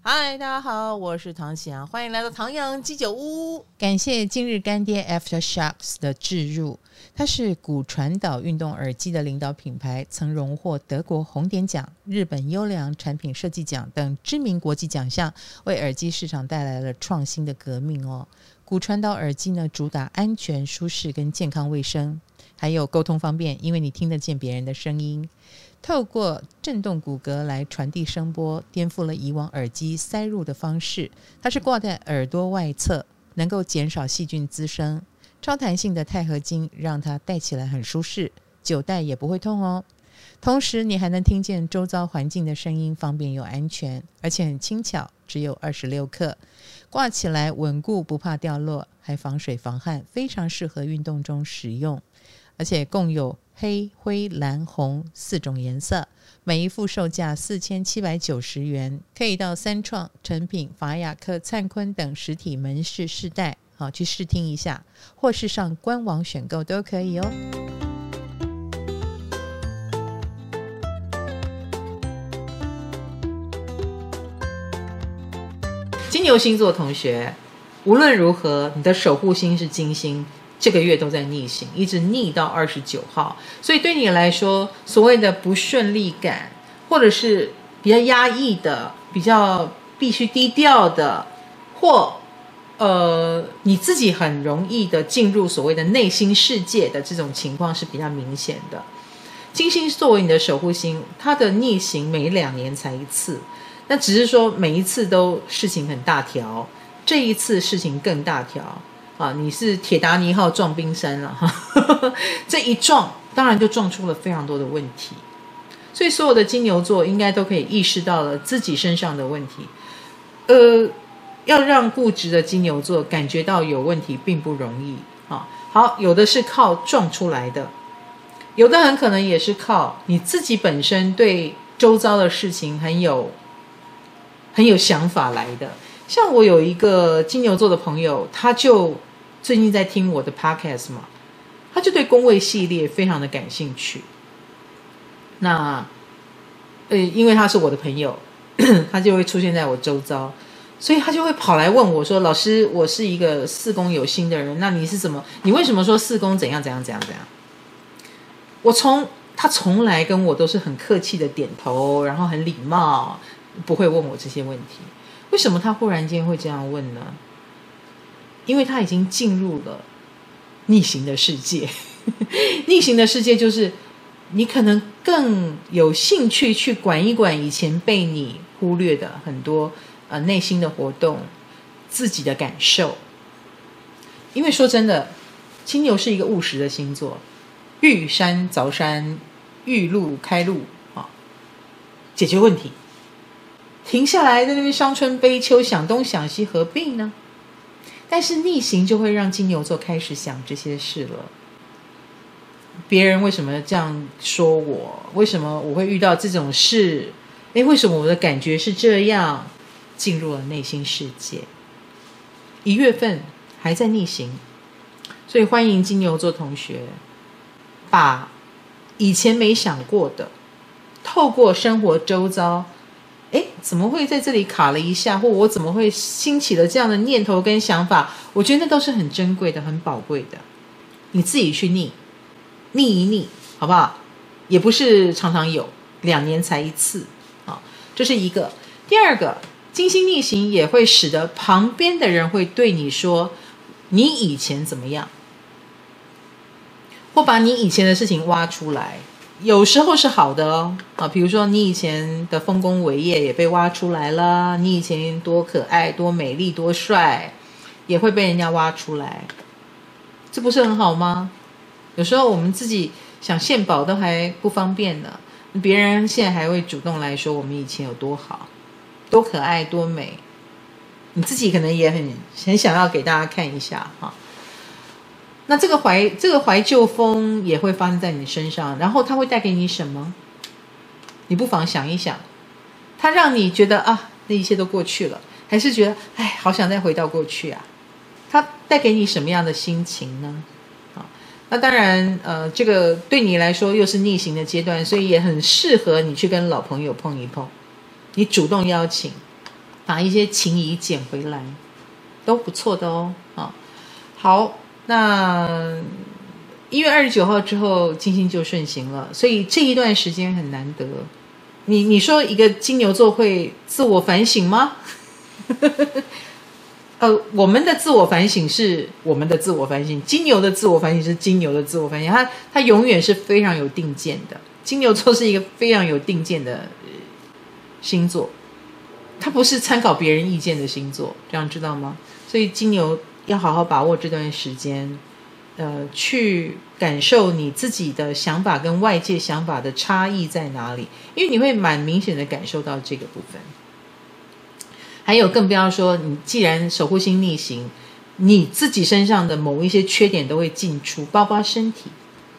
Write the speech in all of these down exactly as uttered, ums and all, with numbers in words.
嗨，大家好，我是唐启阳，欢迎来到唐阳鸡酒屋。 感谢今日干爹 AfterShokz 的置入，它是骨传导运动耳机的领导品牌，曾荣获德国红点奖、日本优良产品设计奖等知名国际奖项，为耳机市场带来了创新的革命哦。骨传导耳机呢，主打安全、舒适跟健康卫生，还有沟通方便，因为你听得见别人的声音。透过震动骨骼来传递声波，颠覆了以往耳机塞入的方式。它是挂在耳朵外侧，能够减少细菌滋生。超弹性的钛合金让它戴起来很舒适，久戴也不会痛哦。同时你还能听见周遭环境的声音，方便又安全，而且很轻巧，只有二十六克，挂起来稳固，不怕掉落，还防水防汗，非常适合运动中使用。而且共有黑、灰、蓝、红四种颜色，每一副售价四千七百九十元，可以到三创、诚品、法雅克、灿坤等实体门市试戴，好去试听一下，或是上官网选购都可以哦。 金牛星座同学，无论如何，你的守护星是金星。这个月都在逆行，一直逆到二十九号，所以对你来说，所谓的不顺利感，或者是比较压抑的、比较必须低调的，或呃你自己很容易的进入所谓的内心世界的这种情况是比较明显的。金星作为你的守护星，它的逆行每两年才一次，那只是说每一次都事情很大条，这一次事情更大条。啊，你是铁达尼号撞冰山了哈，这一撞当然就撞出了非常多的问题，所以所有的金牛座应该都可以意识到了自己身上的问题。呃，要让固执的金牛座感觉到有问题并不容易啊。好，有的是靠撞出来的，有的很可能也是靠你自己本身对周遭的事情很有很有想法来的。像我有一个金牛座的朋友，他就最近在听我的 podcast 嘛，他就对宫位系列非常的感兴趣。那呃，因为他是我的朋友，他就会出现在我周遭，所以他就会跑来问我说：“老师，我是一个四宫有星的人，那你是怎么？你为什么说四宫怎样怎样怎样怎样？”我从他从来跟我都是很客气的点头，然后很礼貌，不会问我这些问题。为什么他忽然间会这样问呢？因为他已经进入了逆行的世界。逆行的世界就是你可能更有兴趣去管一管以前被你忽略的很多呃内心的活动，自己的感受。因为说真的，金牛是一个务实的星座，遇山凿山，遇路开路啊，解决问题。停下来在那边伤春悲秋，想东想西，何必呢？但是逆行就会让金牛座开始想这些事了。别人为什么这样说我？为什么我会遇到这种事？诶，为什么我的感觉是这样？进入了内心世界。一月份还在逆行，所以欢迎金牛座同学，把以前没想过的，透过生活周遭，诶，怎么会在这里卡了一下，或我怎么会兴起了这样的念头跟想法，我觉得那都是很珍贵的，很宝贵的。你自己去逆逆一逆，好不好？也不是常常有，两年才一次啊，这是一个。第二个，金星逆行也会使得旁边的人会对你说你以前怎么样，或把你以前的事情挖出来。有时候是好的哦，啊，比如说你以前的丰功伟业也被挖出来了，你以前多可爱、多美丽、多帅，也会被人家挖出来，这不是很好吗？有时候我们自己想献宝都还不方便呢，别人现在还会主动来说我们以前有多好、多可爱、多美，你自己可能也很很想要给大家看一下哈。那这个怀这个怀旧风也会发生在你身上，然后它会带给你什么？你不妨想一想，它让你觉得啊，那一切都过去了，还是觉得哎，好想再回到过去啊？它带给你什么样的心情呢？啊，那当然，呃，这个对你来说又是逆行的阶段，所以也很适合你去跟老朋友碰一碰，你主动邀请， 把一些情谊捡回来，都不错的哦。啊，好，那一月二十九号之后，金星就顺行了，所以这一段时间很难得。你你说一个金牛座会自我反省吗？呃，我们的自我反省是我们的自我反省，金牛的自我反省是金牛的自我反省，它它永远是非常有定见的。金牛座是一个非常有定见的星座，它不是参考别人意见的星座，这样知道吗？所以金牛要好好把握这段时间，呃，去感受你自己的想法跟外界想法的差异在哪里，因为你会蛮明显的感受到这个部分。还有更不要说，你既然守护星逆行，你自己身上的某一些缺点都会进出，包括身体。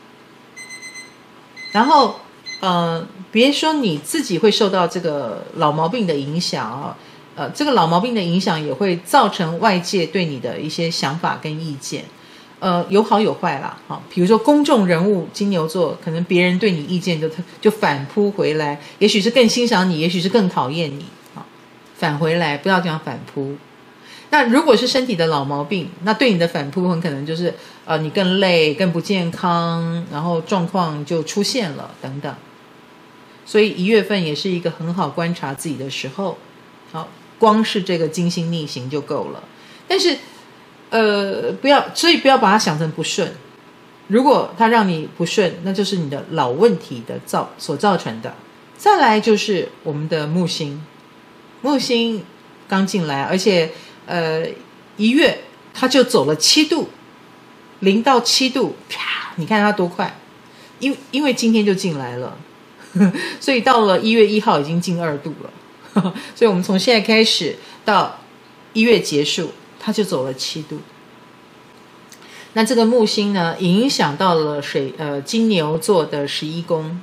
然后呃，别说你自己会受到这个老毛病的影响啊，呃，这个老毛病的影响也会造成外界对你的一些想法跟意见，呃，有好有坏啦。好，比如说公众人物金牛座，可能别人对你意见就就反扑回来，也许是更欣赏你，也许是更讨厌你。返回来，不要讲反扑。那如果是身体的老毛病，那对你的反扑很可能就是呃你更累、更不健康，然后状况就出现了等等。所以一月份也是一个很好观察自己的时候。好，光是这个金星逆行就够了。但是呃不要，所以不要把它想成不顺。如果它让你不顺，那就是你的老问题的造所造成的。再来就是我们的木星。木星刚进来，而且呃一月它就走了七度，零到七度，啪！你看它多快，因因为今天就进来了，呵呵，所以到了一月一号已经进二度了，呵呵，所以我们从现在开始到一月结束，它就走了七度。那这个木星呢，影响到了水呃金牛座的十一宫。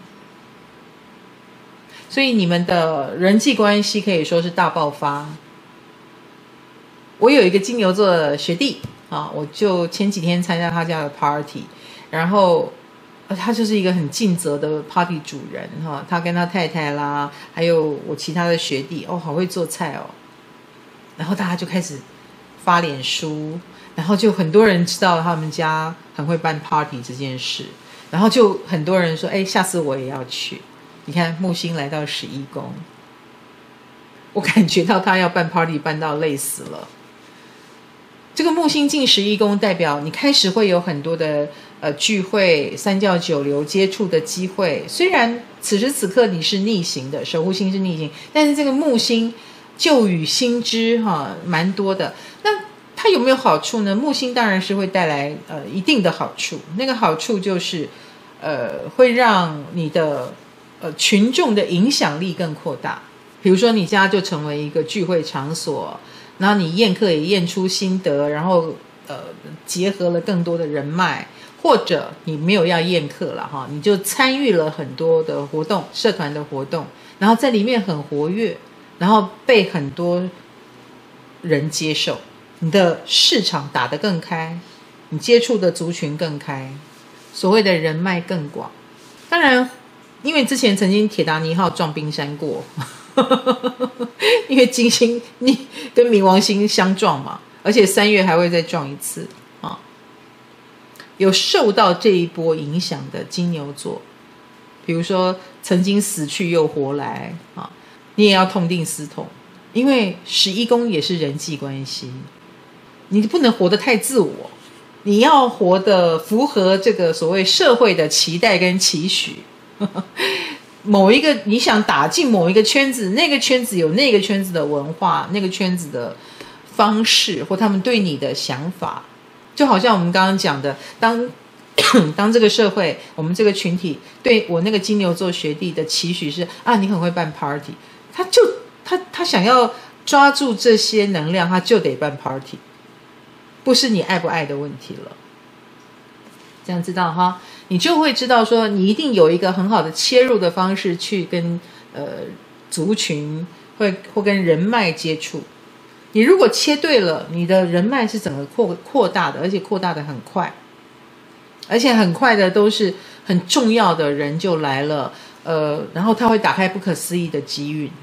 所以你们的人际关系可以说是大爆发。我有一个金牛座的学弟啊，我就前几天参加他家的 party， 然后他就是一个很尽责的 party 主人哈，他跟他太太啦，还有我其他的学弟，哦，好会做菜哦。然后大家就开始发脸书，然后就很多人知道他们家很会办 party 这件事，然后就很多人说，哎，下次我也要去。你看木星来到十一宫，我感觉到他要办 party 办到累死了。这个木星进十一宫，代表你开始会有很多的呃聚会、三教九流接触的机会。虽然此时此刻你是逆行的，守护星是逆行，但是这个木星旧与新知哈蛮多的。那它有没有好处呢？木星当然是会带来呃一定的好处，那个好处就是呃会让你的呃，群众的影响力更扩大。比如说你家就成为一个聚会场所，然后你宴客也宴出心得，然后呃结合了更多的人脉，或者你没有要宴客了哈，你就参与了很多的活动，社团的活动，然后在里面很活跃，然后被很多人接受，你的市场打得更开，你接触的族群更开，所谓的人脉更广。当然因为之前曾经铁达尼号撞冰山过，因为金星你跟冥王星相撞嘛，而且三月还会再撞一次啊。有受到这一波影响的金牛座，比如说曾经死去又活来啊，你也要痛定思痛，因为十一宫也是人际关系，你不能活得太自我，你要活得符合这个所谓社会的期待跟期许。某一个你想打进某一个圈子，那个圈子有那个圈子的文化，那个圈子的方式，或他们对你的想法，就好像我们刚刚讲的，当当这个社会，我们这个群体对我那个金牛座学弟的期许是啊，你很会办 party， 他就他他想要抓住这些能量，他就得办 party， 不是你爱不爱的问题了。这样知道哈，你就会知道说，你一定有一个很好的切入的方式去跟呃族群会或跟人脉接触。你如果切对了，你的人脉是整个扩扩大的，而且扩大的很快，而且很快的都是很重要的人就来了，呃，然后他会打开不可思议的机运。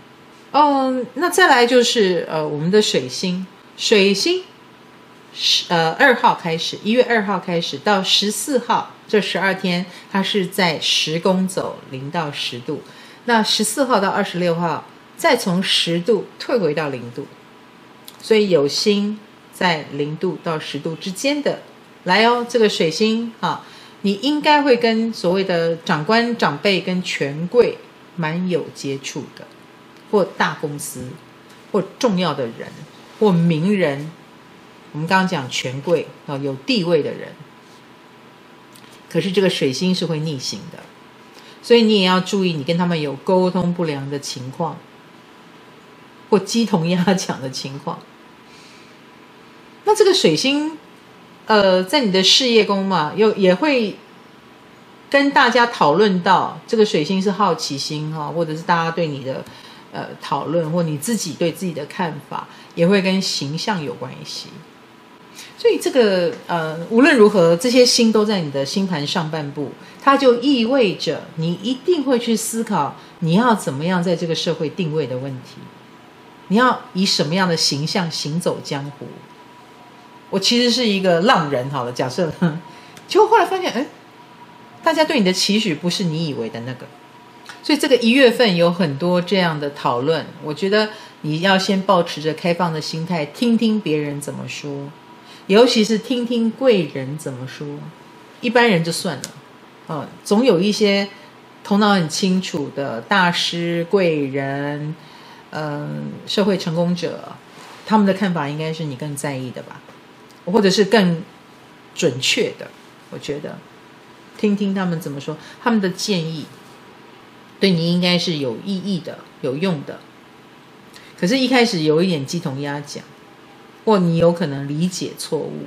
嗯，那再来就是呃我们的水星，水星呃二号开始，一月二号开始到十四号这十二天，它是在十宫走零到十度，那十四号到二十六号再从十度退回到零度，所以有星在零度到十度之间的来哦，这个水星啊，你应该会跟所谓的长官长辈跟权贵蛮有接触的，或大公司或重要的人或名人，我们刚刚讲权贵啊，有地位的人，可是这个水星是会逆行的，所以你也要注意你跟他们有沟通不良的情况或鸡同鸭讲的情况。那这个水星呃，在你的事业宫嘛，又也会跟大家讨论到，这个水星是好奇心哈，或者是大家对你的呃讨论，或你自己对自己的看法，也会跟形象有关系。所以这个呃，无论如何，这些星都在你的星盘上半部，它就意味着你一定会去思考，你要怎么样在这个社会定位的问题，你要以什么样的形象行走江湖。我其实是一个浪人，好了，假设，结果后来发现，哎，大家对你的期许不是你以为的那个，所以这个一月份有很多这样的讨论。我觉得你要先抱持着开放的心态，听听别人怎么说，尤其是听听贵人怎么说。一般人就算了，哦，总有一些头脑很清楚的大师、贵人，嗯、呃，社会成功者，他们的看法应该是你更在意的吧。或者是更准确的，我觉得听听他们怎么说，他们的建议对你应该是有意义的、有用的。可是一开始有一点鸡同鸭讲，或你有可能理解错误，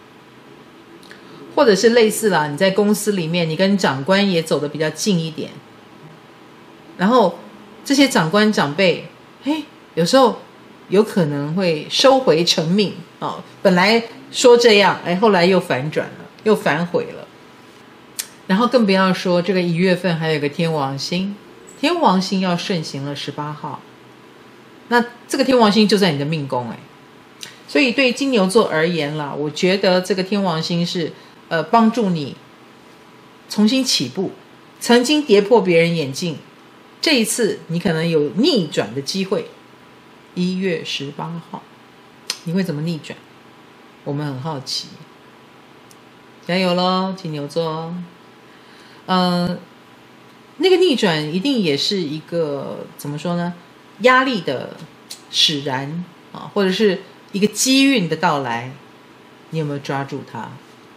或者是类似啦，你在公司里面你跟长官也走得比较近一点，然后这些长官长辈嘿，有时候有可能会收回成命、哦、本来说这样，哎，后来又反转了，又反悔了。然后更不要说这个一月份还有个天王星，天王星要顺行了十八号，那这个天王星就在你的命宫，哎，所以对金牛座而言啦，我觉得这个天王星是呃帮助你重新起步，曾经跌破别人眼镜，这一次你可能有逆转的机会。一月十八号，你会怎么逆转？我们很好奇，加油咯，金牛座。呃，那个逆转一定也是一个怎么说呢？压力的使然啊，或者是一个机运的到来，你有没有抓住它？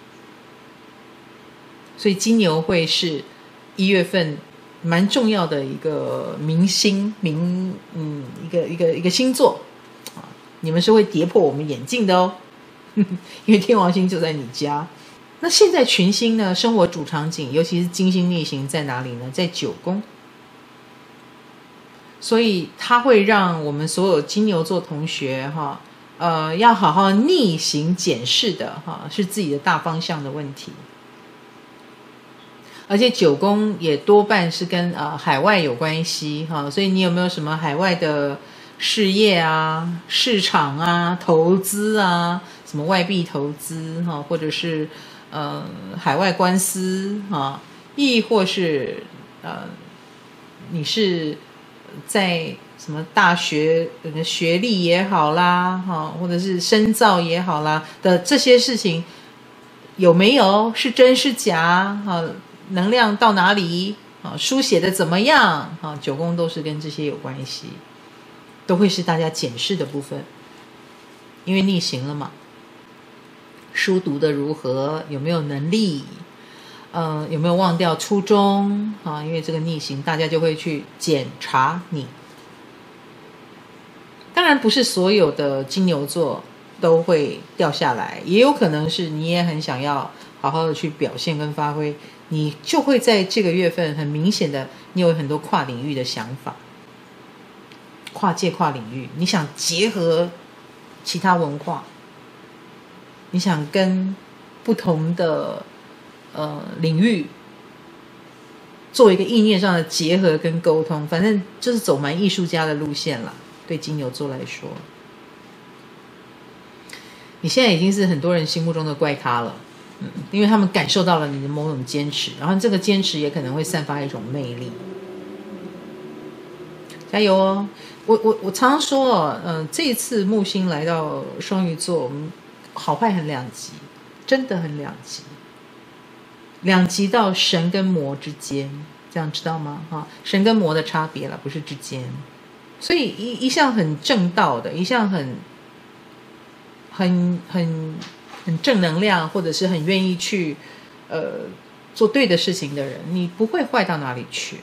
所以金牛会是一月份蛮重要的一个明星，明嗯一个一个一个星座啊，你们是会跌破我们眼镜的哦。因为天王星就在你家。那现在群星呢，生活主场景尤其是金星逆行在哪里呢？在九宫，所以它会让我们所有金牛座同学哈，呃，要好好逆行检视的哈，是自己的大方向的问题。而且九宫也多半是跟呃海外有关系哈，所以你有没有什么海外的事业啊、市场啊、投资啊？什么外币投资哈，或者是呃海外官司哈，亦或是呃你是在什么大学学历也好啦哈，或者是深造也好啦的这些事情，有没有是真是假哈？能量到哪里啊？书写的怎么样啊？九宫都是跟这些有关系，都会是大家检视的部分，因为逆行了嘛。书读的如何？有没有能力？呃，有没有忘掉初衷啊？因为这个逆行，大家就会去检查你。当然，不是所有的金牛座都会掉下来，也有可能是你也很想要好好的去表现跟发挥，你就会在这个月份很明显的，你有很多跨领域的想法，跨界跨领域，你想结合其他文化。你想跟不同的呃领域做一个意念上的结合跟沟通，反正就是走蛮艺术家的路线啦。对金牛座来说，你现在已经是很多人心目中的怪咖了，嗯，因为他们感受到了你的某种坚持，然后这个坚持也可能会散发一种魅力。加油哦！我我我常常说哦，嗯、呃，这一次木星来到双鱼座，我们好坏很两极，真的很两极，两极到神跟魔之间，这样知道吗？哈，神跟魔的差别了，不是之间。所以一一向很正道的，一向很很很很正能量，或者是很愿意去呃做对的事情的人，你不会坏到哪里去。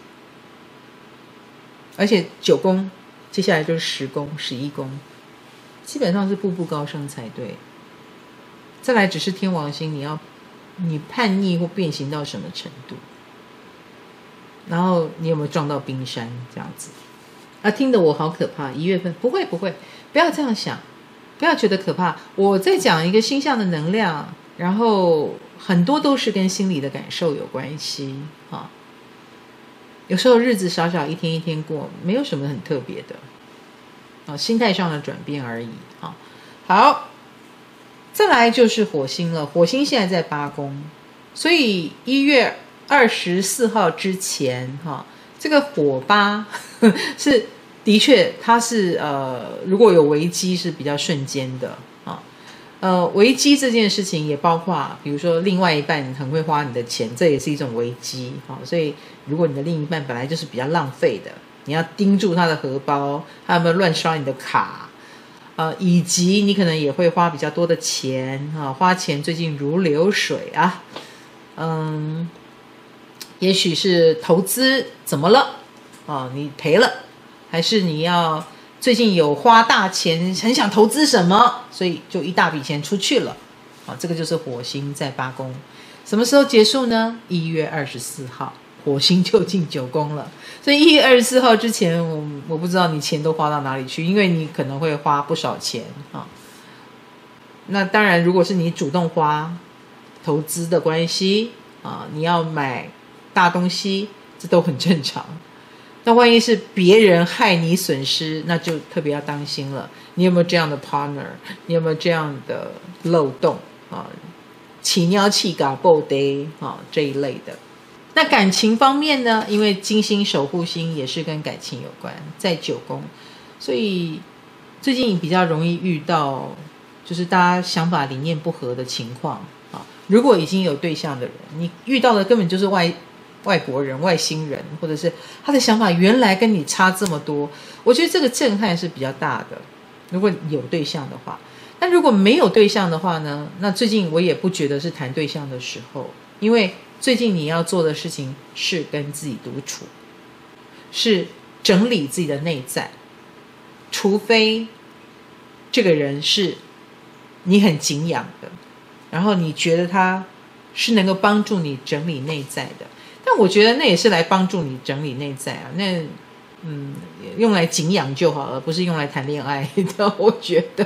而且九宫接下来就是十宫、十一宫，基本上是步步高升才对。再来只是天王星，你要你叛逆或变形到什么程度，然后你有没有撞到冰山这样子？啊，听得我好可怕！一月份不会不会，不要这样想，不要觉得可怕。我在讲一个星象的能量，然后很多都是跟心理的感受有关系啊。有时候日子少少一天一天过，没有什么很特别的，啊，心态上的转变而已啊。好，再来就是火星了。火星现在在八宫，所以一月二十四号之前，哈、啊，这个火八是的确，它是呃，如果有危机是比较瞬间的啊。呃，危机这件事情也包括，比如说另外一半很会花你的钱，这也是一种危机啊。所以，如果你的另一半本来就是比较浪费的，你要盯住他的荷包，他有没有乱刷你的卡，呃，以及你可能也会花比较多的钱啊，花钱最近如流水啊，嗯，也许是投资怎么了啊，你赔了，还是你要。最近有花大钱，很想投资什么，所以就一大笔钱出去了。啊，这个就是火星在八宫，什么时候结束呢？一月二十四号，火星就进九宫了。所以一月二十四号之前，我我不知道你钱都花到哪里去，因为你可能会花不少钱啊。那当然，如果是你主动花，投资的关系啊，你要买大东西，这都很正常。那万一是别人害你损失，那就特别要当心了。你有没有这样的 partner？ 你有没有这样的漏洞啊？起尿气嘎爆的啊这一类的。那感情方面呢？因为金星守護星也是跟感情有关，在九宫，所以最近比较容易遇到就是大家想法理念不合的情况啊。如果已经有对象的人，你遇到的根本就是外。外国人、外星人，或者是他的想法原来跟你差这么多，我觉得这个震撼是比较大的。如果有对象的话，那如果没有对象的话呢？那最近我也不觉得是谈对象的时候，因为最近你要做的事情是跟自己独处，是整理自己的内在，除非这个人是你很敬仰的，然后你觉得他是能够帮助你整理内在的。但我觉得那也是来帮助你整理内在啊，那嗯，用来敬仰就好了，不是用来谈恋爱的。我觉得，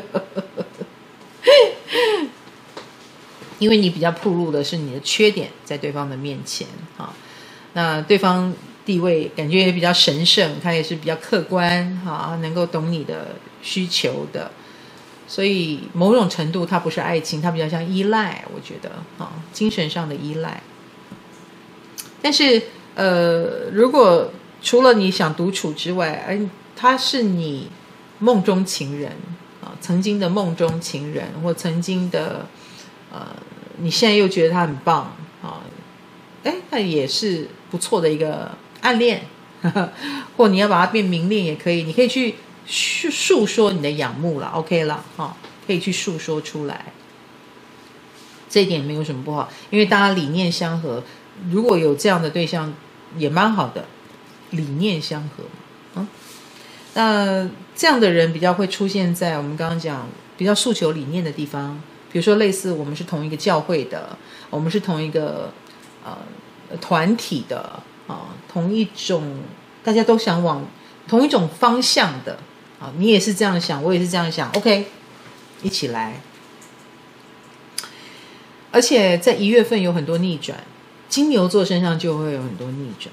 因为你比较暴露的是你的缺点在对方的面前啊，那对方地位感觉也比较神圣，他也是比较客观啊，能够懂你的需求的，所以某种程度它不是爱情，它比较像依赖，我觉得啊，精神上的依赖。但是，呃，如果除了你想独处之外，而他是你梦中情人啊，曾经的梦中情人，或曾经的，呃，你现在又觉得他很棒啊，哎，那也是不错的一个暗恋，呵呵，或你要把它变明恋也可以，你可以去诉说你的仰慕了 ，OK 了，哈、啊，可以去诉说出来，这一点没有什么不好，因为大家理念相合。如果有这样的对象也蛮好的，理念相合嘛，啊，那这样的人比较会出现在我们刚刚讲比较诉求理念的地方，比如说类似我们是同一个教会的，我们是同一个呃团体的啊，同一种大家都想往同一种方向的啊，你也是这样想，我也是这样想 ，OK， 一起来。而且在一月份有很多逆转。金牛座身上就会有很多逆转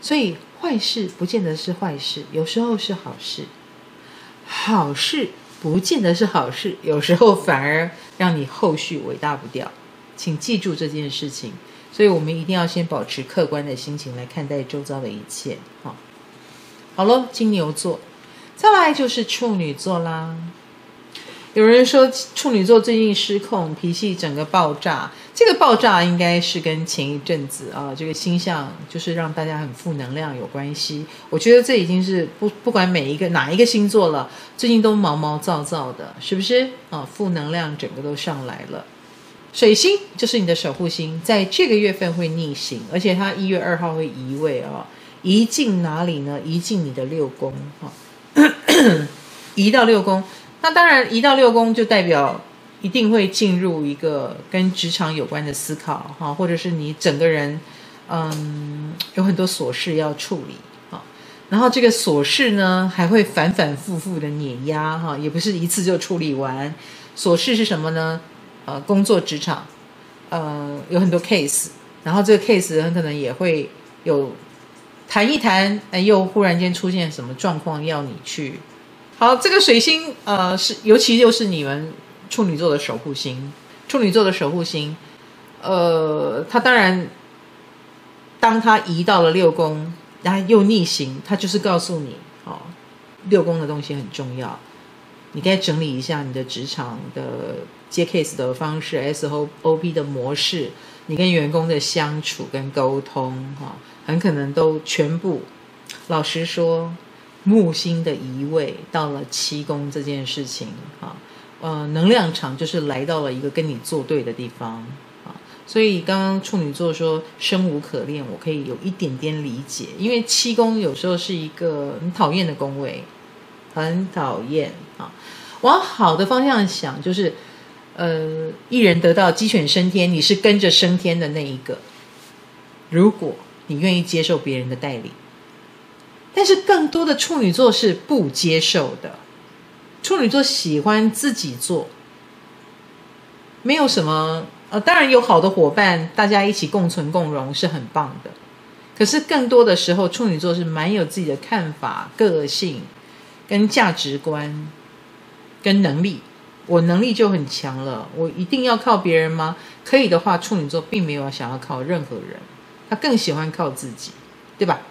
所以坏事不见得是坏事，有时候是好事，好事不见得是好事，有时候反而让你后续尾大不掉。请记住这件事情，所以我们一定要先保持客观的心情来看待周遭的一切。好，好咯，金牛座，再来就是处女座啦。有人说处女座最近失控，脾气整个爆炸。这个爆炸应该是跟前一阵子啊，这个星象就是让大家很负能量有关系。我觉得这已经是不不管每一个哪一个星座了，最近都毛毛躁躁的，是不是啊？负能量整个都上来了。水星就是你的守护星，在这个月份会逆行，而且它一月二号会移位啊，移进哪里呢？移进你的六宫啊，移到六宫。那当然，移到六宫就代表一定会进入一个跟职场有关的思考哈，或者是你整个人嗯有很多琐事要处理哈。然后这个琐事呢还会反反复复的碾压哈，也不是一次就处理完。琐事是什么呢？呃，工作职场呃有很多 case， 然后这个 case 很可能也会有谈一谈，哎，又忽然间出现什么状况要你去。好，这个水星呃是尤其又是你们处女座的守护星，处女座的守护星，呃，它当然当它移到了六宫，然后又逆行，它就是告诉你哦，六宫的东西很重要，你该整理一下你的职场的接 case 的方式 S O P 的模式，你跟员工的相处跟沟通哈、哦，很可能都全部。老实说，木星的移位到了七宫这件事情哈、呃，能量场就是来到了一个跟你作对的地方啊，所以刚刚处女座说生无可恋，我可以有一点点理解，因为七宫有时候是一个很讨厌的宫位，很讨厌啊。往好的方向想，就是呃，一人得道鸡犬升天，你是跟着升天的那一个，如果你愿意接受别人的带领。但是更多的处女座是不接受的，处女座喜欢自己做，没有什么呃，当然有好的伙伴，大家一起共存共荣是很棒的。可是更多的时候，处女座是蛮有自己的看法、个性、跟价值观、跟能力。我能力就很强了，我一定要靠别人吗？可以的话，处女座并没有想要靠任何人，他更喜欢靠自己，对吧？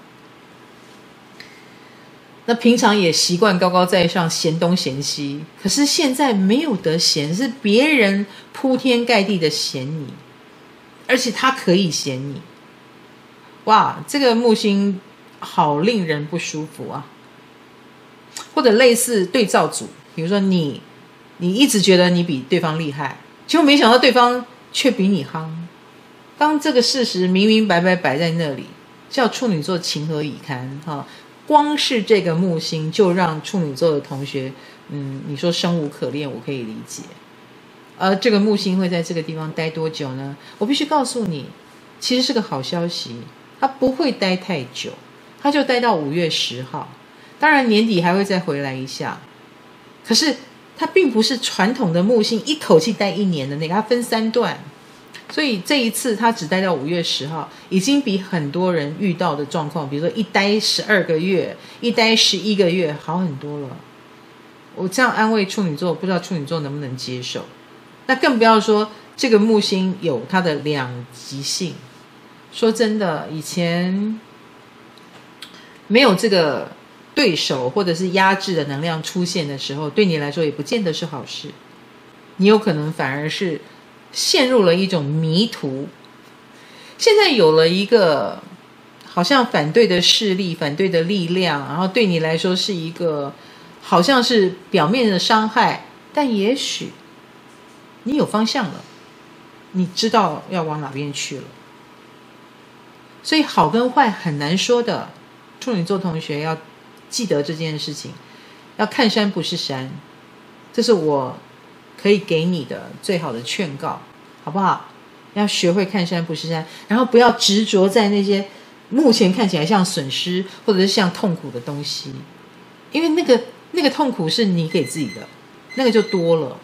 那平常也习惯高高在上，嫌东嫌西，可是现在没有得嫌，是别人铺天盖地的嫌你，而且他可以嫌你。哇，这个木星好令人不舒服啊！或者类似对照组，比如说你，你一直觉得你比对方厉害，结果没想到对方却比你夯。当这个事实明明白白摆在那里，叫处女座情何以堪哈？光是这个木星就让处女座的同学，嗯，你说生无可恋，我可以理解。而这个木星会在这个地方待多久呢？我必须告诉你，其实是个好消息，它不会待太久，它就待到五月十号。当然年底还会再回来一下，可是它并不是传统的木星一口气待一年的那个，它分三段。所以这一次他只待到五月十号，已经比很多人遇到的状况，比如说一待十二个月，一待十一个月，好很多了。我这样安慰处女座，不知道处女座能不能接受？那更不要说这个木星有它的两极性。说真的，以前没有这个对手或者是压制的能量出现的时候，对你来说也不见得是好事。你有可能反而是陷入了一种迷途。现在有了一个好像反对的势力、反对的力量，然后对你来说是一个好像是表面的伤害，但也许你有方向了，你知道要往哪边去了。所以好跟坏很难说的，处女座同学要记得这件事情，要看山不是山，这是我可以给你的最好的劝告，好不好？要学会看山不是山，然后不要执着在那些目前看起来像损失或者是像痛苦的东西，因为那个那个痛苦是你给自己的，那个就多了，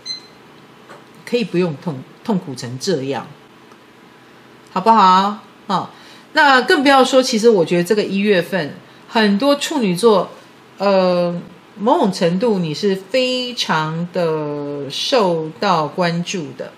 可以不用痛痛苦成这样，好不好？哦， 那更不要说，其实我觉得这个一月份很多处女座，呃，某种程度你是非常的受到关注的，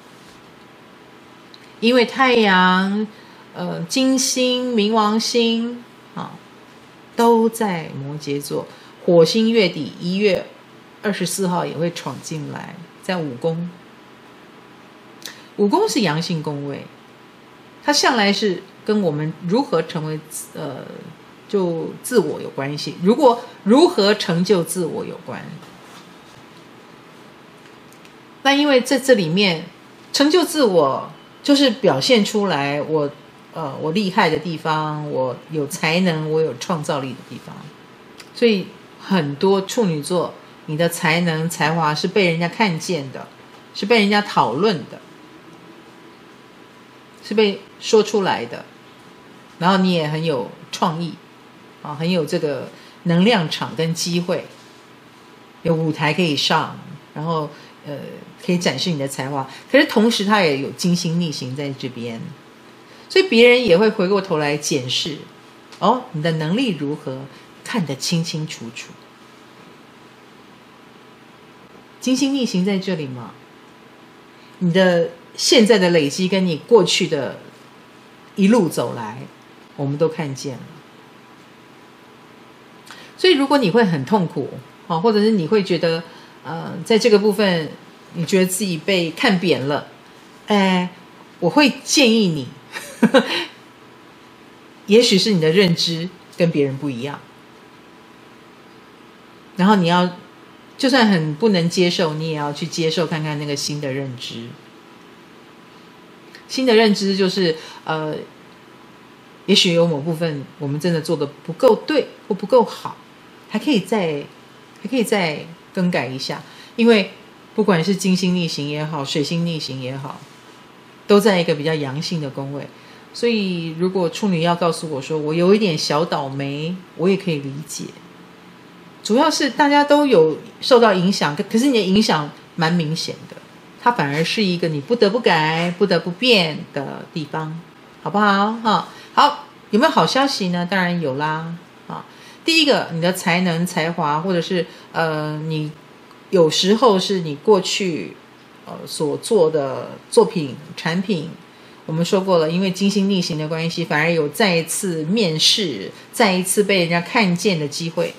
因为太阳、呃金星、冥王星啊都在摩羯座，火星月底一月二十四号也会闯进来，在五宫。五宫是阳性宫位，它向来是跟我们如何成为呃就自我有关系，如果如何成就自我有关。那因为在这里面成就自我，就是表现出来我呃我厉害的地方，我有才能，我有创造力的地方。所以很多处女座，你的才能才华是被人家看见的，是被人家讨论的，是被说出来的，然后你也很有创意啊，很有这个能量场跟机会，有舞台可以上，然后呃可以展示你的才华。可是同时它也有金星逆行在这边，所以别人也会回过头来检视，哦，你的能力如何，看得清清楚楚。金星逆行在这里嘛，你的现在的累积跟你过去的一路走来，我们都看见了。所以如果你会很痛苦，或者是你会觉得呃，在这个部分你觉得自己被看扁了，哎，我会建议你呵呵也许是你的认知跟别人不一样，然后你要就算很不能接受，你也要去接受看看那个新的认知。新的认知就是呃，也许有某部分我们真的做的不够对或不够好，还可以再还可以再更改一下。因为不管是金星逆行也好，水星逆行也好，都在一个比较阳性的宫位。所以如果处女要告诉我说我有一点小倒霉，我也可以理解。主要是大家都有受到影响，可是你的影响蛮明显的，它反而是一个你不得不改、不得不变的地方，好不好？哈，好，有没有好消息呢？当然有啦。啊，第一个，你的才能、才华，或者是呃，你有时候是你过去呃所做的作品、产品，我们说过了，因为金星逆行的关系，反而有再一次面试、再一次被人家看见的机会。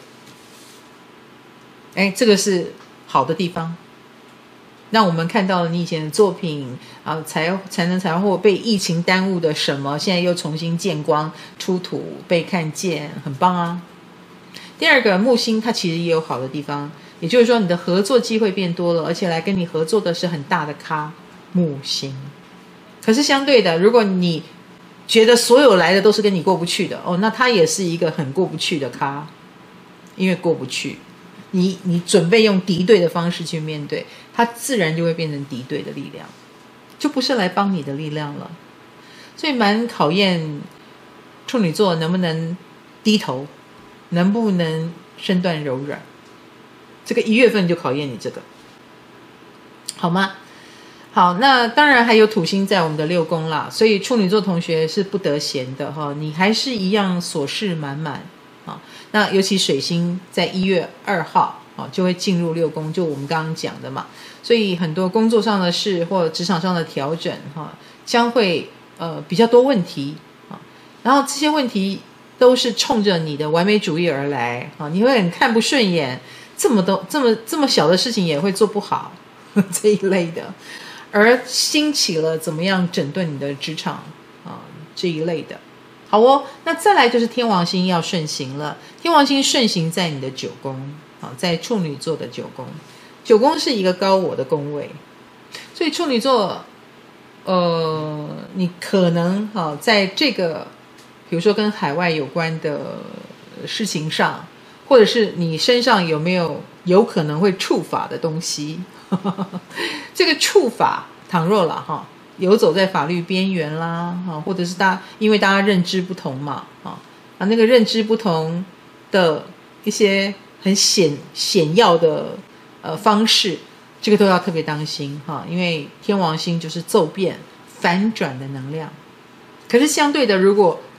哎，这个是好的地方，让我们看到了你以前的作品啊，才才能才或被疫情耽误的什么，现在又重新见光出土，被看见，很棒啊。第二个，木星它其实也有好的地方，也就是说你的合作机会变多了，而且来跟你合作的是很大的咖，木星。可是相对的，如果你觉得所有来的都是跟你过不去的，哦，那他也是一个很过不去的咖，因为过不去。你你准备用敌对的方式去面对，它自然就会变成敌对的力量，就不是来帮你的力量了。所以蛮考验处女座能不能低头，能不能身段柔软。这个一月份就考验你这个，好吗？好，那当然还有土星在我们的六宫啦，所以处女座同学是不得闲的哈，你还是一样琐事满满啊。那尤其水星在一月二号啊就会进入六宫，就我们刚刚讲的嘛，所以很多工作上的事或职场上的调整哈，将会呃比较多问题啊，然后这些问题都是冲着你的完美主义而来啊，你会很看不顺眼，这么多这么这么小的事情也会做不好呵这一类的，而兴起了怎么样整顿你的职场啊这一类的。好哦，那再来就是天王星要顺行了。天王星顺行在你的九宫，在处女座的九宫。九宫是一个高我的宫位，所以处女座，呃，你可能哈在这个，比如说跟海外有关的事情上，或者是你身上有没有有可能会触法的东西，这个触法，倘若了哈。游走在法律边缘啦，或者是大家因为大家认知不同嘛，啊，那个认知不同的一些很显显要的呃方式，这个都要特别当心哈，因为天王星就是骤变反转的能量。可是相对的，如果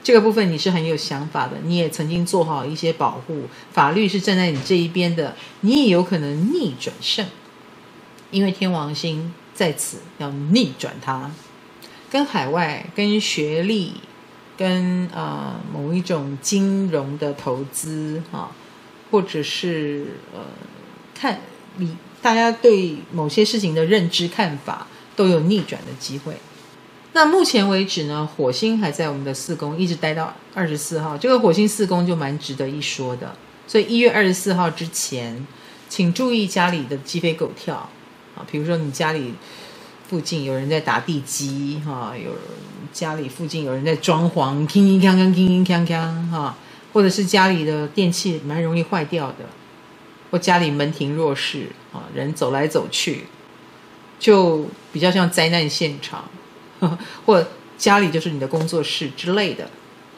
这个部分你是很有想法的，你也曾经做好一些保护，法律是站在你这一边的，你也有可能逆转胜，因为天王星在此要逆转它，跟海外、跟学历、跟呃某一种金融的投资啊，或者是呃看你大家对某些事情的认知看法都有逆转的机会。那目前为止呢，火星还在我们的四宫，一直待到二十四号，这个火星四宫就蛮值得一说的。所以一月二十四号之前，请注意家里的鸡飞狗跳啊，比如说你家里附近有人在打地基哈，有家里附近有人在装潢，铿铿锵锵，铿铿锵锵哈，或者是家里的电器蛮容易坏掉的，或家里门庭若市啊，人走来走去，就比较像灾难现场。或家里就是你的工作室之类的，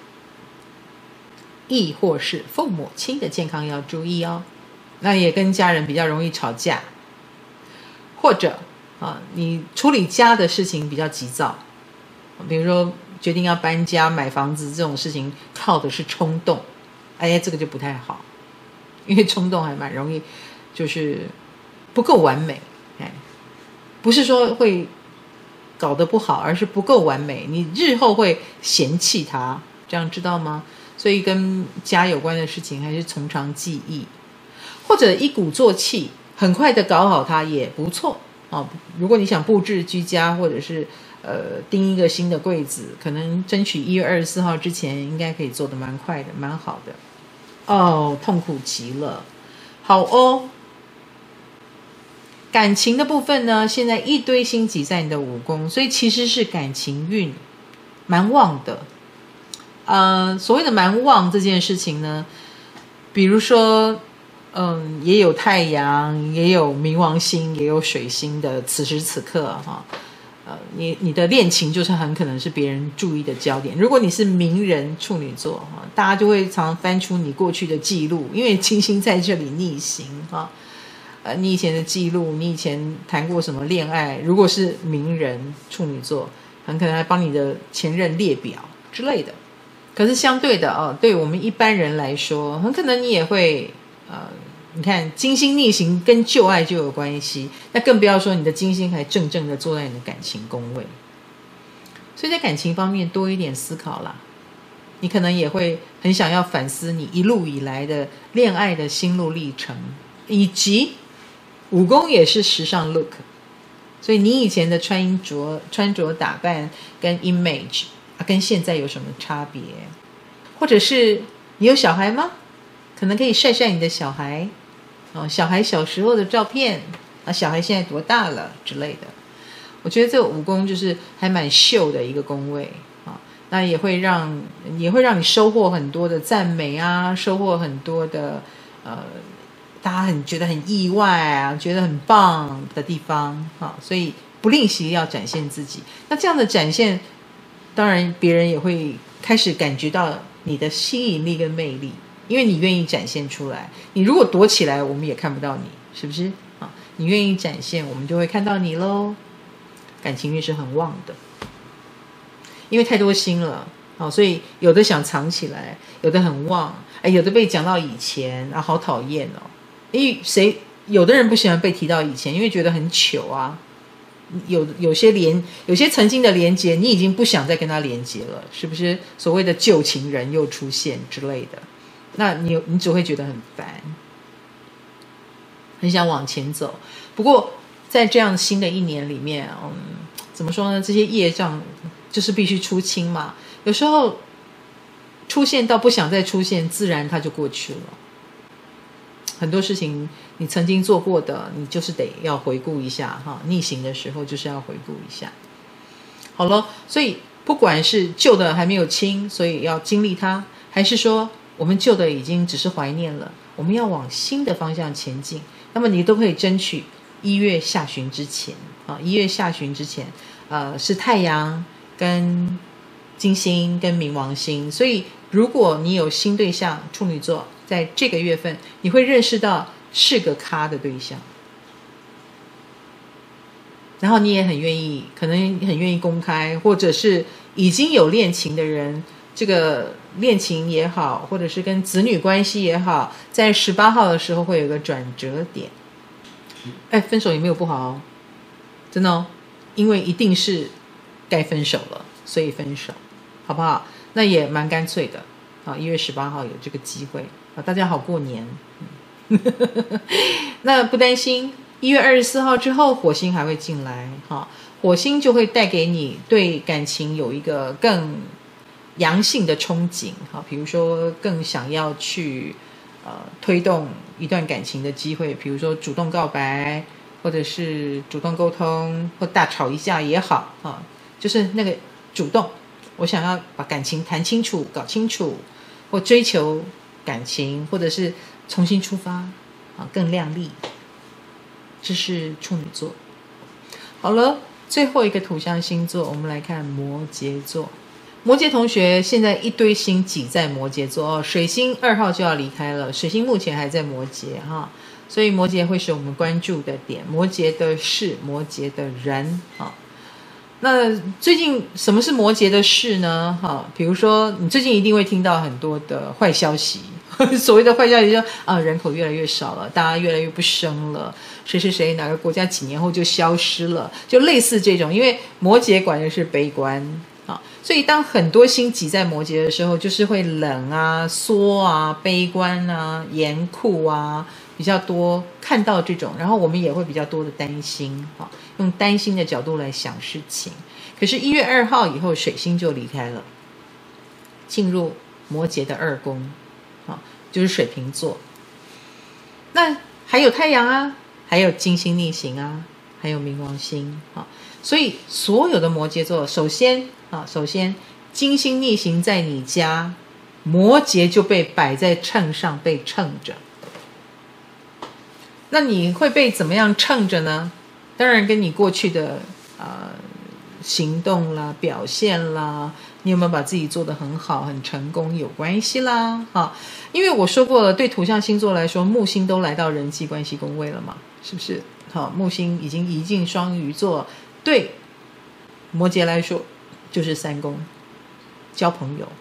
亦或是父母亲的健康要注意哦。那也跟家人比较容易吵架，或者啊，你处理家的事情比较急躁，比如说决定要搬家、买房子这种事情，靠的是冲动，哎呀，这个就不太好，因为冲动还蛮容易，就是不够完美，哎，不是说会搞得不好，而是不够完美，你日后会嫌弃它，这样知道吗？所以跟家有关的事情还是从长计议，或者一鼓作气很快的搞好它也不错哦。如果你想布置居家，或者是呃钉一个新的柜子，可能争取一月二十四号之前应该可以做得蛮快的，蛮好的。哦，痛苦极了。好哦，感情的部分呢，现在一堆星挤在你的五宫，所以其实是感情运蛮旺的。呃，所谓的蛮旺这件事情呢，比如说，嗯，也有太阳，也有冥王星，也有水星的此时此刻哈，呃，你你的恋情就是很可能是别人注意的焦点。如果你是名人处女座哈，大家就会常常翻出你过去的记录，因为金星在这里逆行哈。呃，你以前的记录，你以前谈过什么恋爱？如果是名人处女座，很可能还帮你的前任列表之类的。可是相对的哦，对我们一般人来说，很可能你也会呃，你看金星逆行跟旧爱就有关系，那更不要说你的金星还正正的坐在你的感情宫位，所以在感情方面多一点思考啦。你可能也会很想要反思你一路以来的恋爱的心路历程，以及五宫也是时尚 look， 所以你以前的穿着、穿着打扮跟 image 啊，跟现在有什么差别？或者是你有小孩吗？可能可以晒晒你的小孩，哦，小孩小时候的照片啊，小孩现在多大了之类的。我觉得这个五宫就是还蛮秀的一个宫位啊，那也会让也会让你收获很多的赞美啊，收获很多的呃。大家很觉得很意外啊，觉得很棒的地方啊，所以不吝惜要展现自己。那这样的展现，当然别人也会开始感觉到你的吸引力跟魅力，因为你愿意展现出来。你如果躲起来，我们也看不到你，是不是啊？你愿意展现，我们就会看到你咯。感情运是很旺的，因为太多星了。哦，所以有的想藏起来，有的很旺，哎，有的被讲到以前啊，好讨厌哦。因为谁有的人不喜欢被提到以前，因为觉得很糗啊。有有些连有些曾经的连结，你已经不想再跟他连结了，是不是？所谓的旧情人又出现之类的，那你你只会觉得很烦，很想往前走。不过在这样新的一年里面，嗯，怎么说呢？这些业障就是必须出清嘛。有时候出现到不想再出现，自然它就过去了。很多事情你曾经做过的，你就是得要回顾一下哈。逆行的时候就是要回顾一下。好了，所以不管是旧的还没有清，所以要经历它，还是说我们旧的已经只是怀念了，我们要往新的方向前进，那么你都可以争取一月下旬之前啊，一月下旬之前，呃，是太阳跟金星跟冥王星，所以如果你有新对象，处女座。在这个月份，你会认识到是个咖的对象，然后你也很愿意，可能很愿意公开，或者是已经有恋情的人这个恋情也好，或者是跟子女关系也好，在十八号的时候会有一个转折点。哎，分手也没有不好哦，真的哦，因为一定是该分手了，所以分手，好不好？那也蛮干脆的啊。一月十八号有这个机会啊，大家好过年。那不担心，一月二十四号之后，火星还会进来哈，火星就会带给你对感情有一个更阳性的憧憬哈，比如说更想要去呃推动一段感情的机会，比如说主动告白，或者是主动沟通，或大吵一架也好啊，就是那个主动，我想要把感情谈清楚、搞清楚，或追求感情，或者是重新出发啊，更亮丽。这是处女座。好了，最后一个土象星座，我们来看摩羯座。摩羯同学现在一堆星挤在摩羯座哦，水星二号就要离开了，水星目前还在摩羯哈，所以摩羯会是我们关注的点，摩羯的事，摩羯的人啊。那最近什么是摩羯的事呢？哈，比如说你最近一定会听到很多的坏消息，所谓的坏消息就啊，人口越来越少了，大家越来越不生了，谁谁谁哪个国家几年后就消失了，就类似这种，因为摩羯管的是悲观啊，所以当很多星挤在摩羯的时候，就是会冷啊、缩啊、悲观啊、严酷啊。比较多看到这种，然后我们也会比较多的担心啊，用担心的角度来想事情。可是，一月二号以后，水星就离开了，进入摩羯的二宫，啊，就是水瓶座。那还有太阳啊，还有金星逆行啊，还有冥王星啊，所以所有的摩羯座，首先啊，首先金星逆行在你家，摩羯就被摆在秤上，被秤着。那你会被怎么样秤着呢？当然跟你过去的呃行动啦、表现啦，你有没有把自己做得很好、很成功有关系啦。哈，因为我说过了，对土象星座来说，木星都来到人际关系宫位了嘛，是不是？好，木星已经移进双鱼座，对摩羯来说就是三宫，交朋友。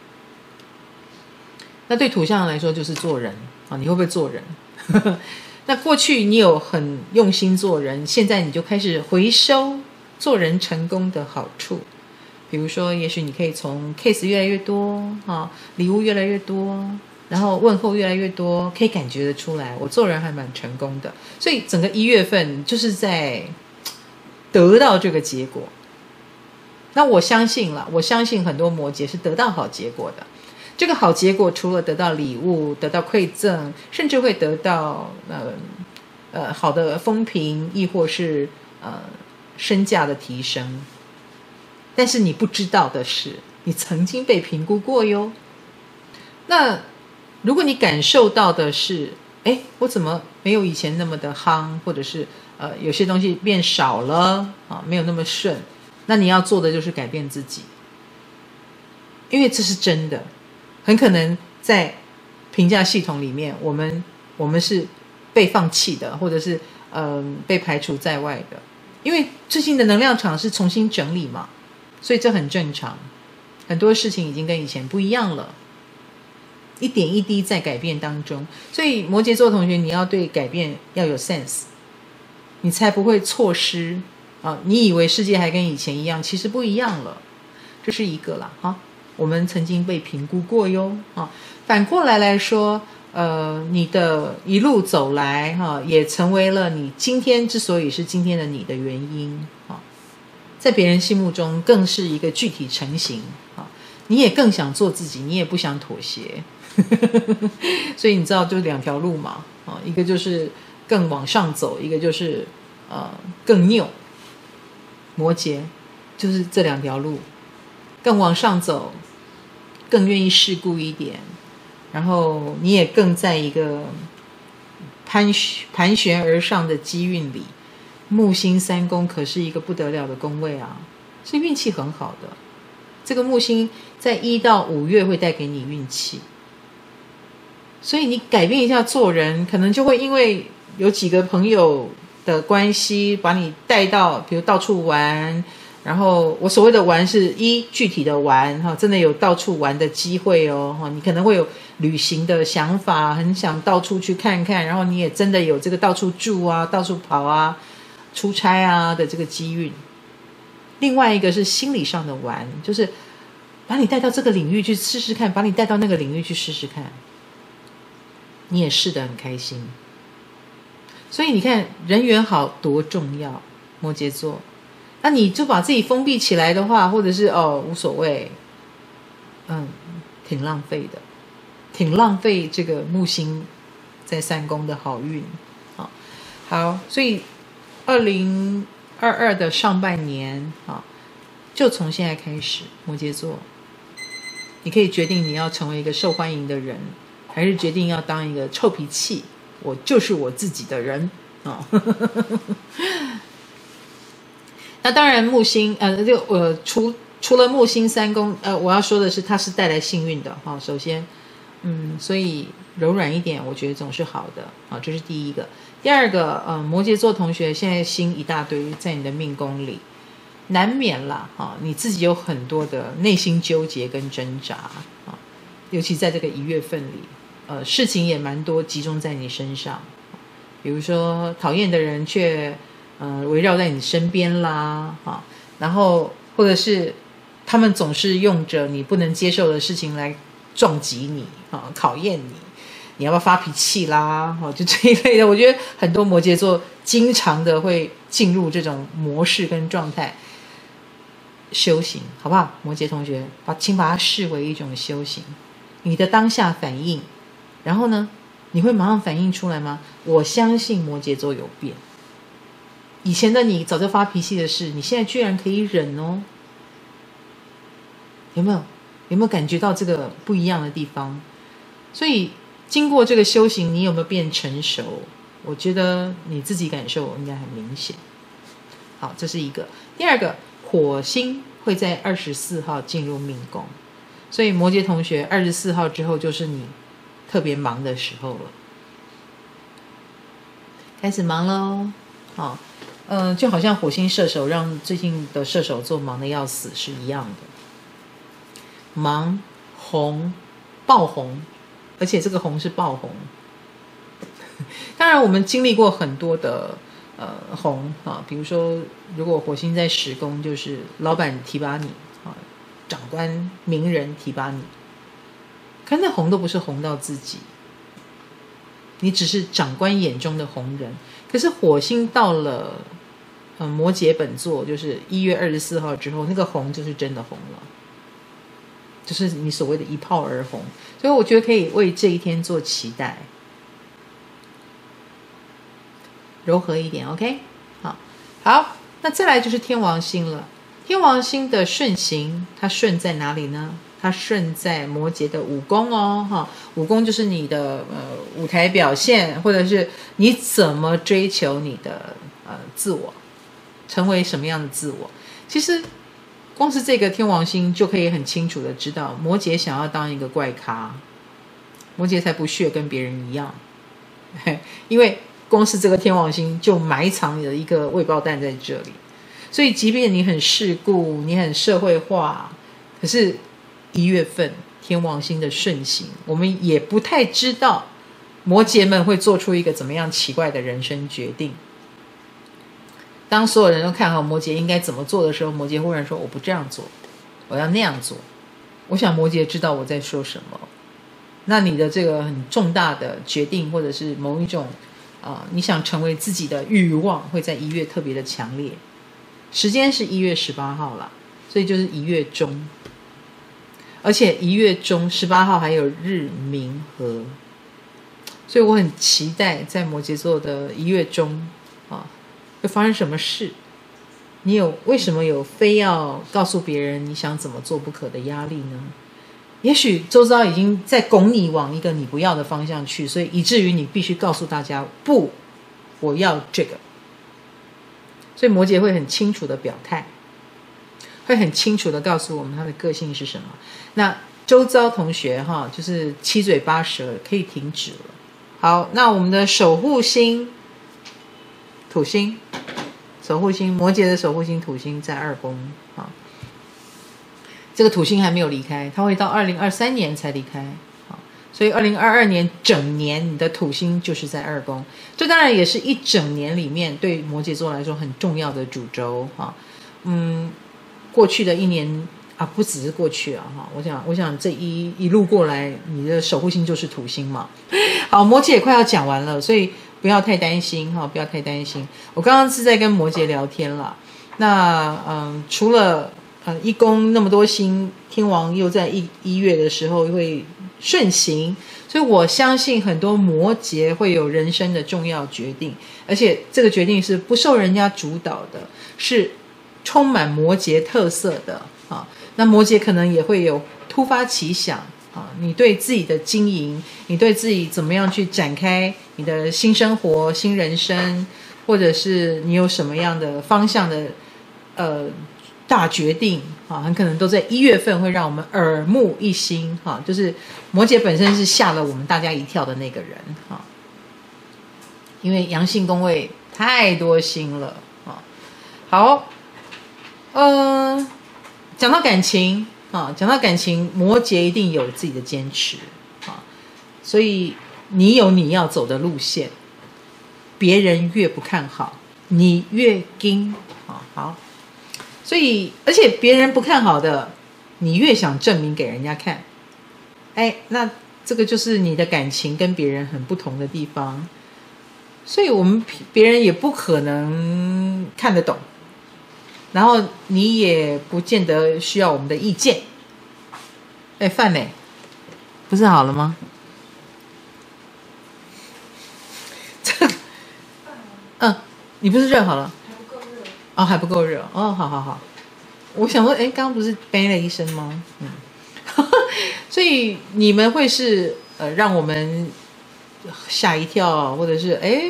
那对土象来说就是做人啊，你会不会做人？那过去你有很用心做人，现在你就开始回收做人成功的好处，比如说也许你可以从 case 越来越多啊，礼物越来越多，然后问候越来越多，可以感觉得出来我做人还蛮成功的，所以整个一月份就是在得到这个结果。那我相信了，我相信很多摩羯是得到好结果的。这个好结果除了得到礼物、得到馈赠，甚至会得到呃呃好的风评，亦或是呃身价的提升。但是你不知道的是，你曾经被评估过哟。那如果你感受到的是，哎，我怎么没有以前那么的夯，或者是呃有些东西变少了啊，没有那么顺，那你要做的就是改变自己，因为这是真的。很可能在评价系统里面，我们我们是被放弃的，或者是嗯、呃、被排除在外的，因为最近的能量场是重新整理嘛，所以这很正常。很多事情已经跟以前不一样了，一点一滴在改变当中。所以摩羯座同学，你要对改变要有 sense， 你才不会错失啊！你以为世界还跟以前一样，其实不一样了，这是一个啦哈。我们曾经被评估过哟啊，反过来来说，呃，你的一路走来哈、啊，也成为了你今天之所以是今天的你的原因啊，在别人心目中更是一个具体成型啊，你也更想做自己，你也不想妥协，所以你知道就两条路嘛啊，一个就是更往上走，一个就是呃更拗，摩羯就是这两条路，更往上走。更愿意世故一点，然后你也更在一个盘盘旋而上的机运里。木星三宫可是一个不得了的宫位啊，是运气很好的。这个木星在一到五月会带给你运气，所以你改变一下做人，可能就会因为有几个朋友的关系，把你带到比如到处玩， 然后我所谓的玩是一具体的玩哈，真的有到处玩的机会哦哈，你可能会有旅行的想法，很想到处去看看，然后你也真的有这个到处住啊、到处跑啊、出差啊的这个机运。另外一个是心理上的玩，就是把你带到这个领域去试试看，把你带到那个领域去试试看，你也试得很开心。所以你看人缘好多重要，摩羯座。那你就把自己封闭起来的话，或者是哦无所谓，嗯，挺浪费的，挺浪费这个木星在三宫的好运。好，好，所以二零二二的上半年啊，就从现在开始，摩羯座，你可以决定你要成为一个受欢迎的人，还是决定要当一个臭脾气，我就是我自己的人啊。那当然木星呃就呃除除了木星三宫呃我要说的是它是带来幸运的哈、哦、首先嗯所以柔软一点我觉得总是好的啊、哦、这是第一个。第二个呃摩羯座同学现在星一大堆在你的命宫里，难免啦哈、哦、你自己有很多的内心纠结跟挣扎啊、哦、尤其在这个一月份里呃事情也蛮多集中在你身上，比如说讨厌的人却呃，围绕在你身边啦，哈，然后或者是他们总是用着你不能接受的事情来撞击你，啊，考验你，你要不要发脾气啦，哈，就这一类的。我觉得很多摩羯座经常的会进入这种模式跟状态，修行，好不好？摩羯同学，把请把它视为一种修行，你的当下反应，然后呢，你会马上反应出来吗？我相信摩羯座有变。以前的你早就发脾气的事，你现在居然可以忍哦，有没有？有没有感觉到这个不一样的地方？所以经过这个修行，你有没有变成熟？我觉得你自己感受应该很明显。好，这是一个。第二个，火星会在二十四号进入命宫，所以摩羯同学二十四号之后就是你特别忙的时候了，开始忙喽。好。嗯、呃，就好像火星射手让最近的射手座忙得要死是一样的，忙红爆红，而且这个红是爆红。当然，我们经历过很多的呃红啊，比如说，如果火星在十宫，就是老板提拔你啊，长官名人提拔你，可那红都不是红到自己，你只是长官眼中的红人。可是火星到了。嗯，摩羯本座就是一月二十四号之后，那个红就是真的红了，就是你所谓的一炮而红。所以我觉得可以为这一天做期待，柔和一点 ，OK？ 好，好，那再来就是天王星了。天王星的顺行，它顺在哪里呢？它顺在摩羯的五宫哦，哈，五宫就是你的呃舞台表现，或者是你怎么追求你的呃自我。成为什么样的自我？其实光是这个天王星就可以很清楚的知道，摩羯想要当一个怪咖，摩羯才不屑跟别人一样，因为光是这个天王星就埋藏了一个未爆弹在这里。所以即便你很世故，你很社会化，可是一月份天王星的顺行，我们也不太知道摩羯们会做出一个怎么样奇怪的人生决定。当所有人都看好摩羯应该怎么做的时候，摩羯忽然说我不这样做，我要那样做。我想摩羯知道我在说什么。那你的这个很重大的决定，或者是某一种、呃、你想成为自己的欲望，会在一月特别的强烈。时间是一月十八号啦，所以就是一月中，而且一月中十八号还有日冥合，所以我很期待在摩羯座的一月中啊。会发生什么事？你有为什么有非要告诉别人你想怎么做不可的压力呢？也许周遭已经在拱你往一个你不要的方向去，所以以至于你必须告诉大家不，我要这个。所以摩羯会很清楚的表态，会很清楚的告诉我们他的个性是什么。那周遭同学哈，就是七嘴八舌，可以停止了。好，那我们的守护星土星守护星摩羯的守护星土星在二宫啊，这个土星还没有离开，它会到二零二三年才离开啊，所以二零二二年整年你的土星就是在二宫，这当然也是一整年里面对摩羯座来说很重要的主轴啊。嗯，过去的一年啊，不只是过去啊哈，我想我想这一一路过来，你的守护星就是土星嘛。好，摩羯也快要讲完了，所以不要太担心哈，不要太担心。我刚刚是在跟摩羯聊天了，那嗯，除了呃一宫那么多星，天王又在一一月的时候会顺行，所以我相信很多摩羯会有人生的重要决定，而且这个决定是不受人家主导的，是充满摩羯特色的啊。那摩羯可能也会有突发奇想啊，你对自己的经营，你对自己怎么样去展开你的新生活、新人生，或者是你有什么样的方向的呃大决定啊，很可能都在一月份会让我们耳目一新哈。就是摩羯本身是吓了我们大家一跳的那个人哈，因为阳性宫位太多星了啊。好，呃。讲到感情啊，讲到感情，摩羯一定有自己的坚持啊，所以你有你要走的路线，别人越不看好，你越盯啊。好，所以而且别人不看好的，你越想证明给人家看，哎，那这个就是你的感情跟别人很不同的地方，所以我们别人也不可能看得懂。然后你也不见得需要我们的意见。哎，饭呢？不是好了吗？这，嗯，你不是热好了？ 还不够热。 哦，还不够热。哦，好好好。我想说，哎，刚刚不是呗了一声吗？嗯，所以你们会是呃让我们吓一跳，或者是哎，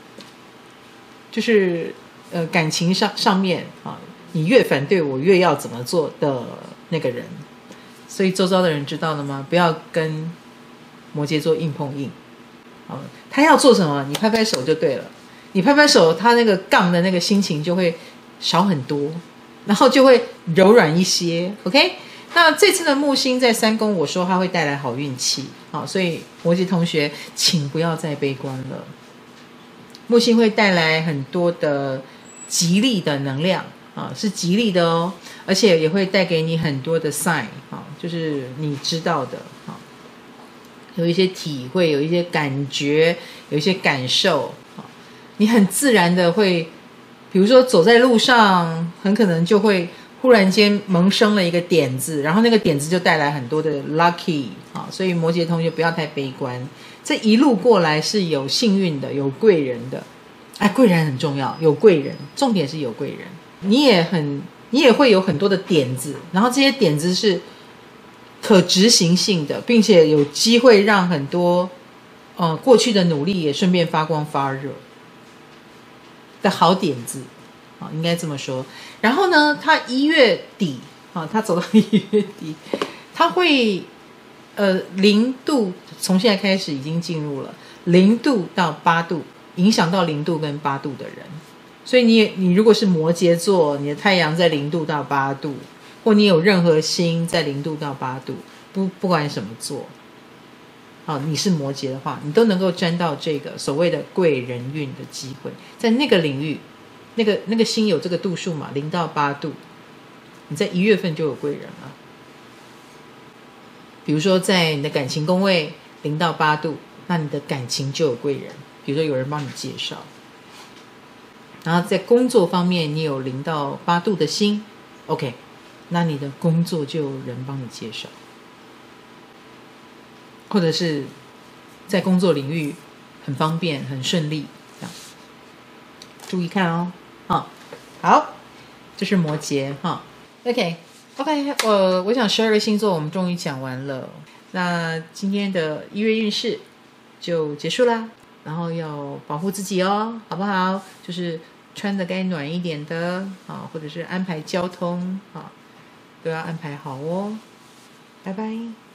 就是呃感情上上面啊。你越反对我越要怎么做的那个人，所以周遭的人知道了吗？不要跟摩羯座硬碰硬，好，他要做什么，你拍拍手就对了。你拍拍手，他那个杠的那个心情就会少很多，然后就会柔软一些。OK， 那这次的木星在三宫，我说它会带来好运气，好，所以摩羯同学请不要再悲观了。木星会带来很多的吉利的能量。啊，是吉利的哦，而且也会带给你很多的 sign 啊，就是你知道的啊，有一些体会，有一些感觉，有一些感受啊，你很自然的会，比如说走在路上，很可能就会忽然间萌生了一个点子，然后那个点子就带来很多的 lucky 啊，所以摩羯同学不要太悲观，这一路过来是有幸运的，有贵人的，哎，贵人很重要，有贵人，重点是有贵人。你也很，你也会有很多的点子，然后这些点子是可执行性的，并且有机会让很多呃过去的努力也顺便发光发热的好点子啊，应该这么说。然后呢，他一月底啊，他走到一月底，他会呃零度，从现在开始已经进入了零度到八度，影响到零度跟八度的人。所以你你如果是摩羯座，你的太阳在零度到八度，或你有任何星在零度到八度，不不管什么座，好，你是摩羯的话，你都能够沾到这个所谓的贵人运的机会，在那个领域，那个那个星有这个度数嘛，零到八度，你在一月份就有贵人了。比如说在你的感情宫位零到八度，那你的感情就有贵人，比如说有人帮你介绍。然后在工作方面，你有零到八度的星 ，OK， 那你的工作就有人帮你介绍，或者是在工作领域很方便、很顺利，这样注意看哦，啊，好，这是摩羯哈 ，OK OK， 我我想十二个星座我们终于讲完了，那今天的一月运势就结束啦，然后要保护自己哦，好不好？就是穿的该暖一点的啊，或者是安排交通啊，都要安排好哦。拜拜。